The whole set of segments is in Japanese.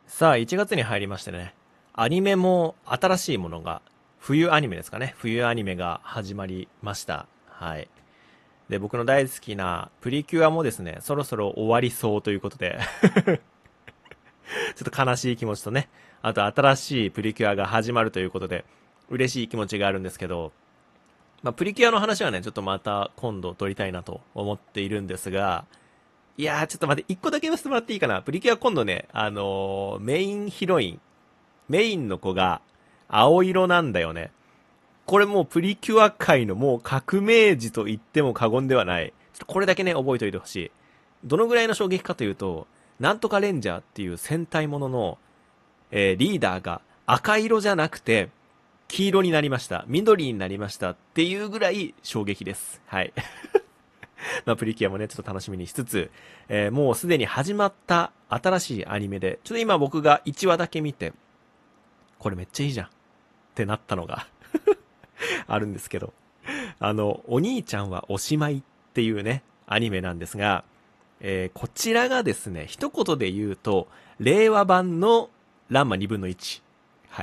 さあ、1月に入りましてね、アニメも新しいものが、冬アニメですかね。冬アニメが始まりました。はい。で、僕の大好きなプリキュアもですね、そろそろ終わりそうということでちょっと悲しい気持ちとね、あと新しいプリキュアが始まるということで、嬉しい気持ちがあるんですけど、プリキュアの話はね、ちょっとまた今度撮りたいなと思っているんですが、いやー、ちょっと待って、一個だけ言わせてもらっていいかな。プリキュア今度ね、メインヒロイン、メインの子が青色なんだよね。これもうプリキュア界のもう革命児と言っても過言ではない。ちょっとこれだけね、覚えておいてほしい。どのぐらいの衝撃かというと、なんとかレンジャーっていう戦隊ものの、リーダーが赤色じゃなくて、黄色になりました。緑になりましたっていうぐらい衝撃です。はい。プリキュアもね、ちょっと楽しみにしつつ、もうすでに始まった新しいアニメで、ちょっと今僕が1話だけ見て、これめっちゃいいじゃんってなったのがあるんですけど、お兄ちゃんはおしまいっていうね、アニメなんですが、こちらがですね、一言で言うと、令和版のランマ2分の1。はい。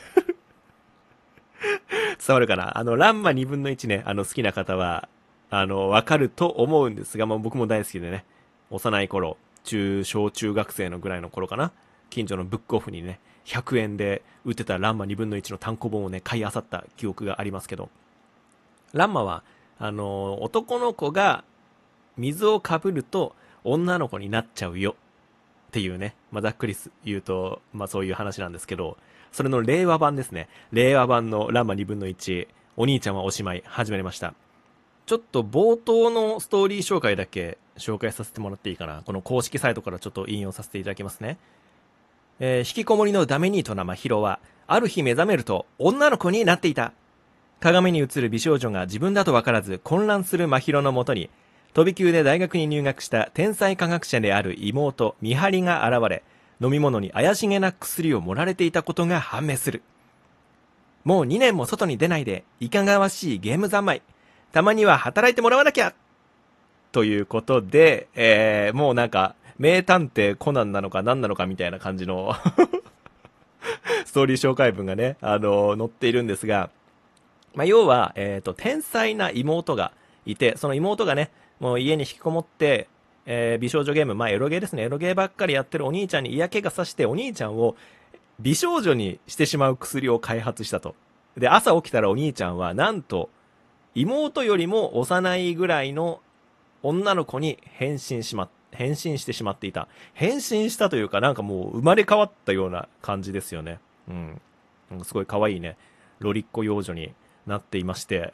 伝わるかな。ランマ2分の1ね、好きな方は、わかると思うんですが、僕も大好きでね、幼い頃、小中学生のぐらいの頃かな。近所のブックオフにね、100円で売ってたランマ2分の1の単行本をね、買い漁った記憶がありますけど、ランマは、男の子が水をかぶると女の子になっちゃうよっていうね、ざっくり言うと、そういう話なんですけど、それの令和版ですね。令和版のランマ2分の1、お兄ちゃんはおしまい、始まりました。ちょっと冒頭のストーリー紹介だけ紹介させてもらっていいかな。この公式サイトからちょっと引用させていただきますね。引きこもりのダメニートな真宙は、ある日目覚めると女の子になっていた。鏡に映る美少女が自分だと分からず混乱する真宙のもとに、飛び級で大学に入学した天才科学者である妹、見張りが現れ、飲み物に怪しげな薬を盛られていたことが判明する。もう2年も外に出ないで、いかがわしいゲーム三昧。たまには働いてもらわなきゃということで、もうなんか、名探偵コナンなのか何なのかみたいな感じのストーリー紹介文がね、載っているんですが、要は、天才な妹がいて、その妹がね、もう家に引きこもって、美少女ゲーム、エロゲーですね、エロゲーばっかりやってるお兄ちゃんに嫌気がさして、お兄ちゃんを美少女にしてしまう薬を開発したと。で、朝起きたらお兄ちゃんは、なんと、妹よりも幼いぐらいの女の子に変身してしまっていた。変身したというか、なんかもう生まれ変わったような感じですよね。うん。すごい可愛いね、ロリッコ幼女になっていまして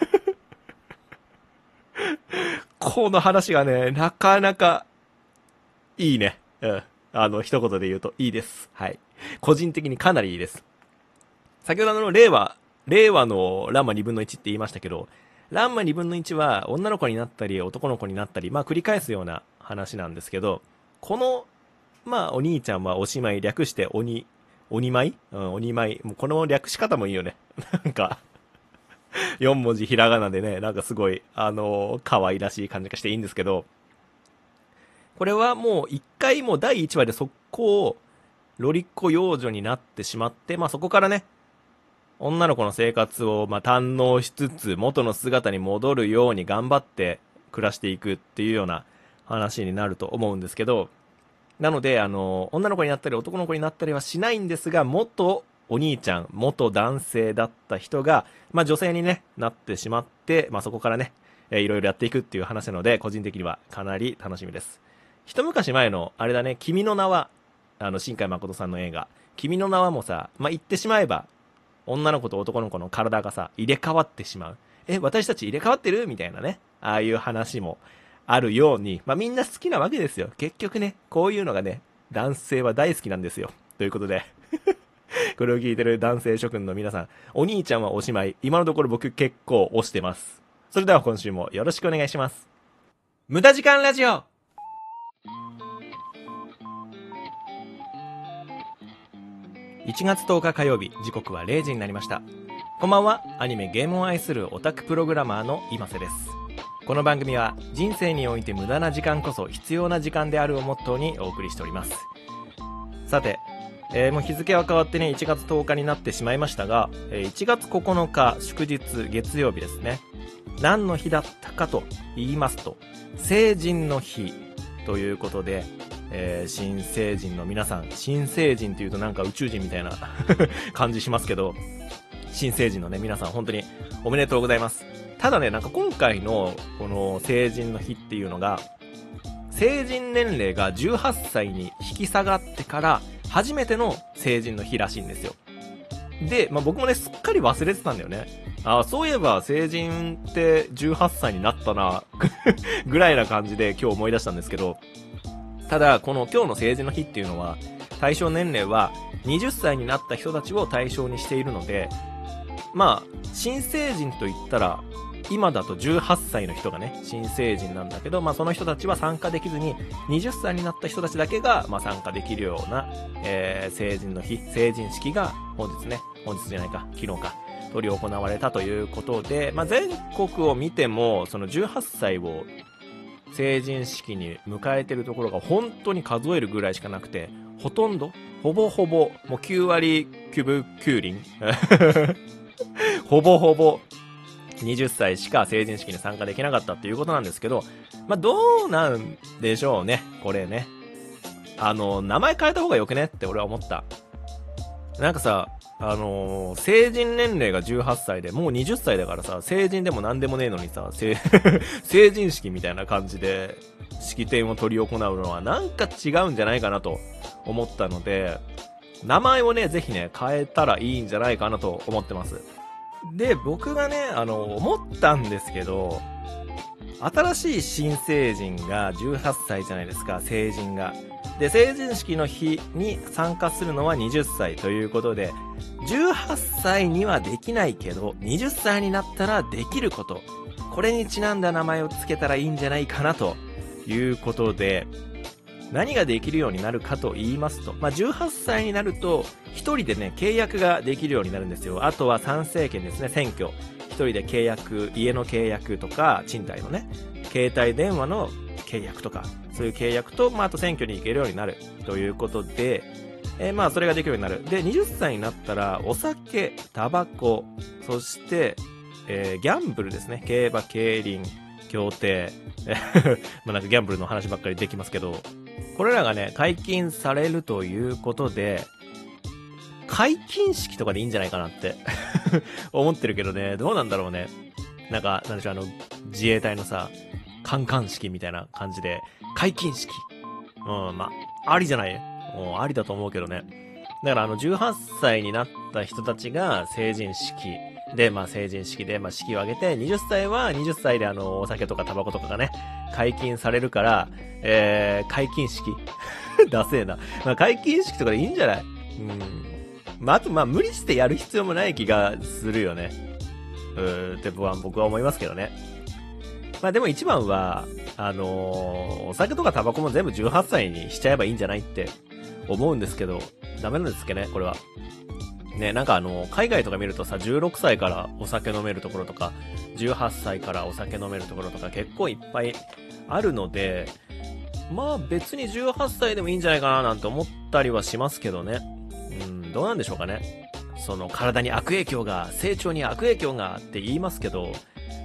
この話がね、なかなかいいね。うん。一言で言うといいです。はい。個人的にかなりいいです。先ほど令和のランマ2分の1って言いましたけど、ランマ2分の1は女の子になったり男の子になったり、繰り返すような話なんですけど、この、お兄ちゃんはおしまい、略して鬼舞、うん、鬼舞。もうこの略し方もいいよね。なんか、4文字ひらがなでね、なんかすごい、可愛らしい感じがしていいんですけど、これはもう一回もう第1話で速攻、ロリッコ幼女になってしまって、そこからね、女の子の生活を堪能しつつ、元の姿に戻るように頑張って暮らしていくっていうような話になると思うんですけど、なので、女の子になったり男の子になったりはしないんですが、元お兄ちゃん、元男性だった人が、女性にね、なってしまって、そこからね、いろいろやっていくっていう話なので、個人的にはかなり楽しみです。一昔前の、あれだね、君の名は、新海誠さんの映画、君の名はもさ、言ってしまえば、女の子と男の子の体がさ、入れ替わってしまう。私たち入れ替わってるみたいなね、ああいう話もあるように、みんな好きなわけですよ。結局ね、こういうのがね、男性は大好きなんですよ。ということで、これを聞いてる男性諸君の皆さん、お兄ちゃんはおしまい。今のところ僕結構推してます。それでは今週もよろしくお願いします。無駄時間ラジオ1月10日火曜日、時刻は0時になりました。こんばんは、アニメゲームを愛するオタクプログラマーの今瀬です。この番組は人生において無駄な時間こそ必要な時間であるをモットーにお送りしております。 さて、もう日付は変わってね、1月10日になってしまいましたが、1月9日祝日月曜日ですね。何の日だったかと言いますと、成人の日ということで、新成人の皆さん、新成人っていうとなんか宇宙人みたいな感じしますけど、新成人のね、皆さん本当におめでとうございます。ただね、なんか今回のこの成人の日っていうのが、成人年齢が18歳に引き下がってから初めての成人の日らしいんですよ。で、僕もね、すっかり忘れてたんだよね。そういえば成人って18歳になったなぐらいな感じで今日思い出したんですけど、ただこの今日の成人の日っていうのは対象年齢は20歳になった人たちを対象にしているので、新成人と言ったら今だと18歳の人がね、新成人なんだけど、その人たちは参加できずに、20歳になった人たちだけが、参加できるような、成人の日、成人式が昨日か、執り行われたということで、全国を見ても、その18歳を成人式に迎えてるところが本当に数えるぐらいしかなくて、ほぼほぼ、もう9割9分9厘ほぼほぼ、20歳しか成人式に参加できなかったっていうことなんですけど、どうなんでしょうね、これね。名前変えた方がよくねって俺は思った。なんかさ、成人年齢が18歳で、もう20歳だからさ、成人でも何でもねえのにさ、成人式みたいな感じで、式典を執り行うのはなんか違うんじゃないかなと思ったので、名前をね、ぜひね、変えたらいいんじゃないかなと思ってます。で、僕がね、思ったんですけど、新しい新成人が18歳じゃないですか、成人が。で、成人式の日に参加するのは20歳ということで、18歳にはできないけど、20歳になったらできること。これにちなんだ名前をつけたらいいんじゃないかなということで、何ができるようになるかと言いますと、18歳になると、一人でね、契約ができるようになるんですよ。あとは参政権ですね、選挙。一人で契約、家の契約とか、賃貸のね、携帯電話の契約とか、そういう契約と、あと選挙に行けるようになるということで、それができるようになる。で、20歳になったら、お酒、タバコ、そして、ギャンブルですね。競馬、競輪、競艇。なんかギャンブルの話ばっかりできますけど、これらがね、解禁されるということで、解禁式とかでいいんじゃないかなって思ってるけどね、どうなんだろうね。なんでしょう、自衛隊のさ、カンカン式みたいな感じで、解禁式。ありじゃない？ありだと思うけどね。だから18歳になった人たちが成人式で、成人式で、式を挙げて、20歳は20歳でお酒とかタバコとかがね、解禁されるから、解禁式ダセえな。解禁式とかでいいんじゃない？あと無理してやる必要もない気がするよね。って僕は思いますけどね。でも一番は、お酒とかタバコも全部18歳にしちゃえばいいんじゃないって思うんですけど、ダメなんですっけね、これは。ね、海外とか見るとさ、16歳からお酒飲めるところとか、18歳からお酒飲めるところとか結構いっぱいあるので、別に18歳でもいいんじゃないかななんて思ったりはしますけどね。どうなんでしょうかね。体に悪影響が、成長に悪影響がって言いますけど、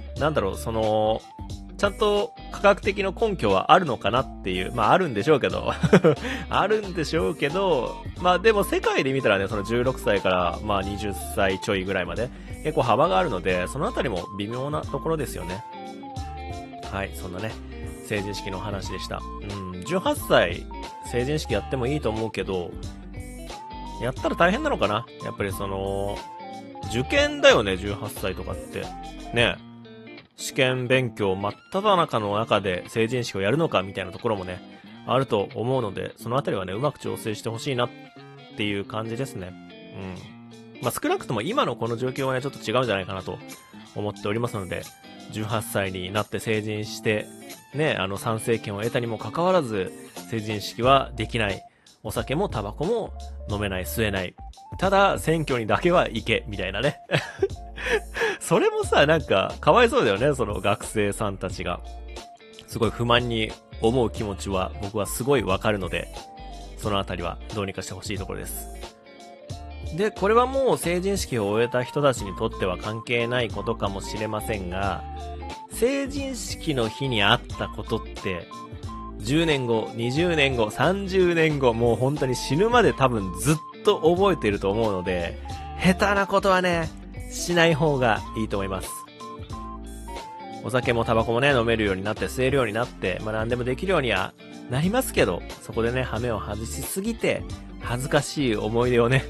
ちゃんと科学的な根拠はあるのかなっていう、あるんでしょうけど、あるんでしょうけど、でも世界で見たらね、その16歳から20歳ちょいぐらいまで結構幅があるので、そのあたりも微妙なところですよね。はい、そんなね、成人式の話でした。18歳成人式やってもいいと思うけど、やったら大変なのかな？やっぱり受験だよね、18歳とかって。ね。試験勉強真っ只中の中で成人式をやるのかみたいなところもね、あると思うので、そのあたりはね、うまく調整してほしいなっていう感じですね。少なくとも今のこの状況はね、ちょっと違うんじゃないかなと思っておりますので、18歳になって成人して、ね、参政権を得たにもかかわらず、成人式はできない。お酒もタバコも飲めない、吸えない。ただ、選挙にだけは行け、みたいなね。それもさ、かわいそうだよね、その学生さんたちが。すごい不満に思う気持ちは僕はすごいわかるので、 そのあたりはどうにかしてほしいところです。で、これはもう成人式を終えた人たちにとっては関係ないことかもしれませんが、成人式の日にあったことって、10年後、20年後、30年後、もう本当に死ぬまで多分ずっと覚えていると思うので、下手なことはね、しない方がいいと思います。お酒もタバコもね、飲めるようになって、吸えるようになって、何でもできるようにはなりますけど、そこでね、羽目を外しすぎて、恥ずかしい思い出をね、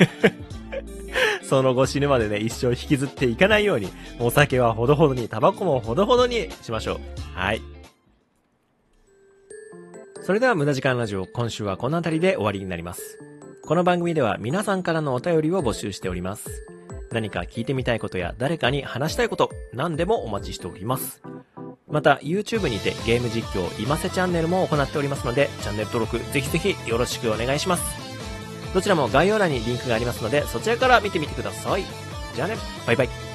その後死ぬまでね、一生引きずっていかないように、お酒はほどほどに、タバコもほどほどにしましょう。はい。それでは無駄時間ラジオ、今週はこの辺りで終わりになります。この番組では皆さんからのお便りを募集しております。何か聞いてみたいことや誰かに話したいこと、何でもお待ちしております。また YouTube にてゲーム実況今瀬チャンネルも行っておりますので、チャンネル登録ぜひぜひよろしくお願いします。どちらも概要欄にリンクがありますので、そちらから見てみてください。じゃあね、バイバイ。